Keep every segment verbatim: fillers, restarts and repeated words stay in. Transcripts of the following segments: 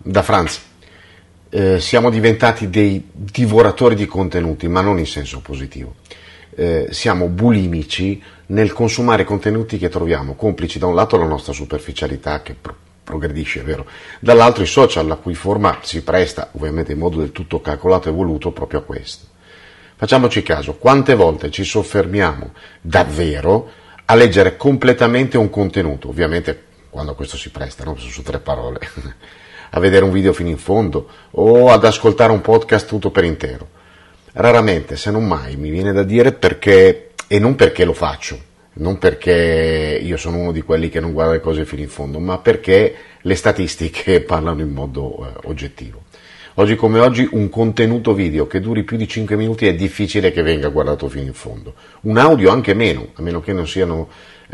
da Franz. Eh, siamo diventati dei divoratori di contenuti, ma non in senso positivo. Eh, siamo bulimici nel consumare contenuti che troviamo, complici da un lato la nostra superficialità che pro- progredisce, è vero, dall'altro i social, la cui forma si presta, ovviamente in modo del tutto calcolato e voluto, proprio a questo. Facciamoci caso, quante volte ci soffermiamo davvero a leggere completamente un contenuto, ovviamente quando questo si presta, no? Su tre parole, a vedere un video fino in fondo o ad ascoltare un podcast tutto per intero. Raramente, se non mai, mi viene da dire perché, e non perché lo faccio, non perché io sono uno di quelli che non guarda le cose fino in fondo, ma perché le statistiche parlano in modo eh, oggettivo. Oggi come oggi un contenuto video che duri più di cinque minuti è difficile che venga guardato fino in fondo. Un audio anche meno, a meno che non siano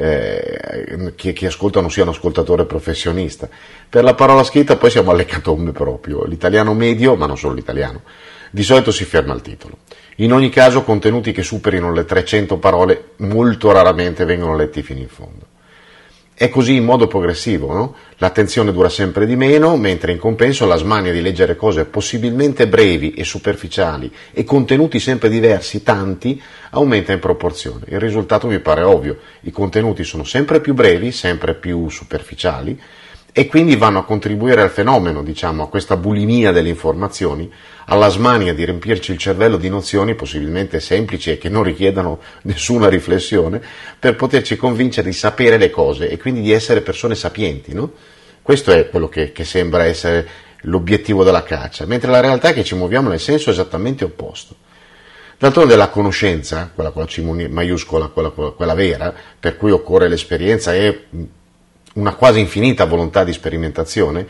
eh, che, che ascoltano sia un ascoltatore professionista. Per la parola scritta poi siamo all'ecatombe proprio. L'italiano medio, ma non solo l'italiano, di solito si ferma al titolo. In ogni caso contenuti che superino le trecento parole molto raramente vengono letti fino in fondo. È così in modo progressivo, no? L'attenzione dura sempre di meno, mentre in compenso la smania di leggere cose possibilmente brevi e superficiali e contenuti sempre diversi, tanti, aumenta in proporzione. Il risultato vi pare ovvio, i contenuti sono sempre più brevi, sempre più superficiali e quindi vanno a contribuire al fenomeno, diciamo, a questa bulimia delle informazioni, alla smania di riempirci il cervello di nozioni possibilmente semplici e che non richiedano nessuna riflessione per poterci convincere di sapere le cose e quindi di essere persone sapienti, no? Questo è quello che, che sembra essere l'obiettivo della caccia, mentre la realtà è che ci muoviamo nel senso esattamente opposto. D'altronde la conoscenza, quella con la C maiuscola, quella, quella, quella vera, per cui occorre l'esperienza e una quasi infinita volontà di sperimentazione,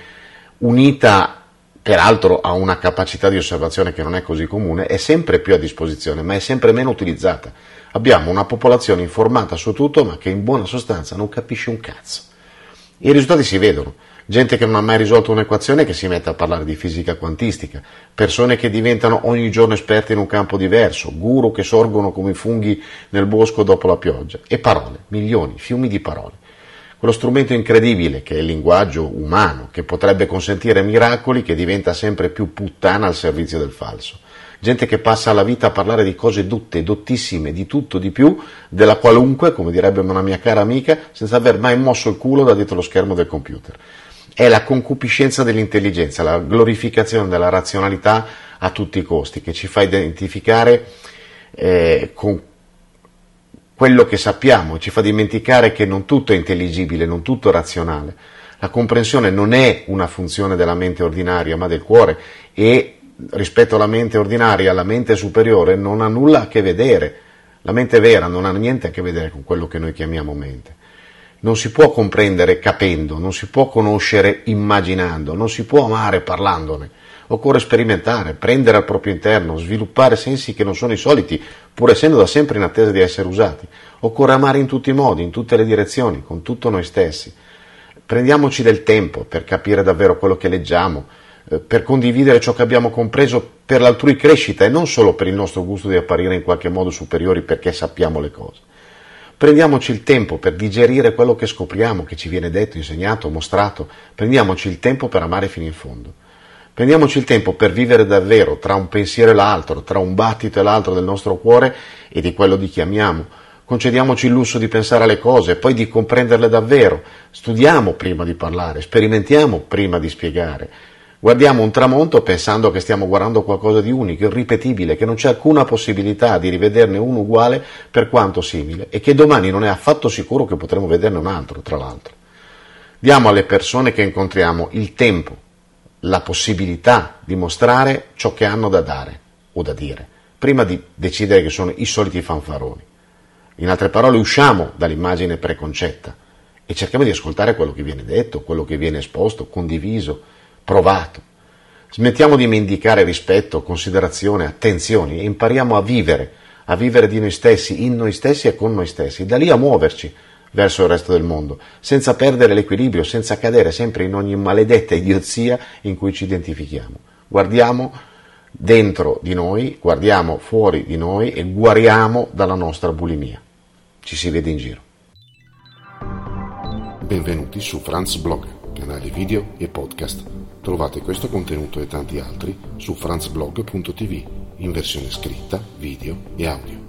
unita peraltro a una capacità di osservazione che non è così comune, è sempre più a disposizione, ma è sempre meno utilizzata. Abbiamo una popolazione informata su tutto, ma che in buona sostanza non capisce un cazzo. I risultati si vedono. Gente che non ha mai risolto un'equazione che si mette a parlare di fisica quantistica, persone che diventano ogni giorno esperti in un campo diverso, guru che sorgono come funghi nel bosco dopo la pioggia, e parole, milioni, fiumi di parole. Quello strumento incredibile che è il linguaggio umano, che potrebbe consentire miracoli, che diventa sempre più puttana al servizio del falso. Gente che passa la vita a parlare di cose dotte, dottissime, di tutto, di più, della qualunque, come direbbe una mia cara amica, senza aver mai mosso il culo da dietro lo schermo del computer. È la concupiscenza dell'intelligenza, la glorificazione della razionalità a tutti i costi, che ci fa identificare eh, con quello che sappiamo, ci fa dimenticare che non tutto è intelligibile, non tutto è razionale. La comprensione non è una funzione della mente ordinaria, ma del cuore, e rispetto alla mente ordinaria, la mente superiore non ha nulla a che vedere. La mente vera non ha niente a che vedere con quello che noi chiamiamo mente. Non si può comprendere capendo, non si può conoscere immaginando, non si può amare parlandone. Occorre sperimentare, prendere al proprio interno, sviluppare sensi che non sono i soliti, pur essendo da sempre in attesa di essere usati. Occorre amare in tutti i modi, in tutte le direzioni, con tutto noi stessi. Prendiamoci del tempo per capire davvero quello che leggiamo, eh, per condividere ciò che abbiamo compreso per l'altrui crescita e non solo per il nostro gusto di apparire in qualche modo superiori perché sappiamo le cose. Prendiamoci il tempo per digerire quello che scopriamo, che ci viene detto, insegnato, mostrato. Prendiamoci il tempo per amare fino in fondo. Prendiamoci il tempo per vivere davvero tra un pensiero e l'altro, tra un battito e l'altro del nostro cuore e di quello di chi amiamo. Concediamoci il lusso di pensare alle cose, poi di comprenderle davvero. Studiamo prima di parlare, sperimentiamo prima di spiegare. Guardiamo un tramonto pensando che stiamo guardando qualcosa di unico, irripetibile, che non c'è alcuna possibilità di rivederne uno uguale per quanto simile e che domani non è affatto sicuro che potremo vederne un altro, tra l'altro. Diamo alle persone che incontriamo il tempo, la possibilità di mostrare ciò che hanno da dare o da dire, prima di decidere che sono i soliti fanfaroni. In altre parole, usciamo dall'immagine preconcetta e cerchiamo di ascoltare quello che viene detto, quello che viene esposto, condiviso, provato. Smettiamo di mendicare rispetto, considerazione, attenzioni e impariamo a vivere, a vivere di noi stessi, in noi stessi e con noi stessi, da lì a muoverci verso il resto del mondo, senza perdere l'equilibrio, senza cadere sempre in ogni maledetta idiozia in cui ci identifichiamo. Guardiamo dentro di noi, guardiamo fuori di noi e guariamo dalla nostra bulimia. Ci si vede in giro. Benvenuti su Franz Blog. canale video e podcast. Trovate questo contenuto e tanti altri su franzblog punto tv in versione scritta, video e audio.